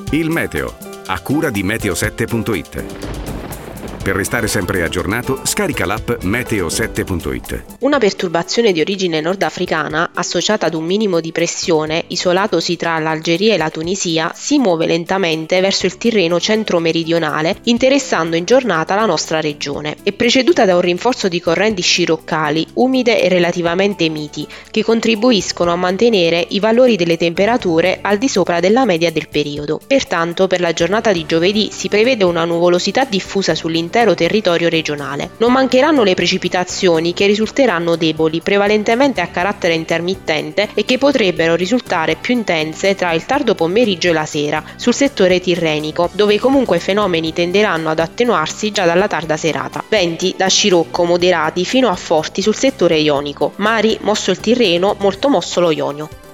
Il meteo, a cura di meteo7.it. Per restare sempre aggiornato, scarica l'app meteo7.it. Una perturbazione di origine nordafricana, associata ad un minimo di pressione isolatosi tra l'Algeria e la Tunisia, si muove lentamente verso il Tirreno centro-meridionale, interessando in giornata la nostra regione. È preceduta da un rinforzo di correnti sciroccali, umide e relativamente miti, che contribuiscono a mantenere i valori delle temperature al di sopra della media del periodo. Pertanto, per la giornata di giovedì si prevede una nuvolosità diffusa sull'intero territorio regionale. Non mancheranno le precipitazioni, che risulteranno deboli, prevalentemente a carattere intermittente, e che potrebbero risultare più intense tra il tardo pomeriggio e la sera sul settore tirrenico, dove comunque i fenomeni tenderanno ad attenuarsi già dalla tarda serata. Venti da scirocco moderati fino a forti sul settore ionico. Mari mosso il Tirreno, molto mosso lo Ionio.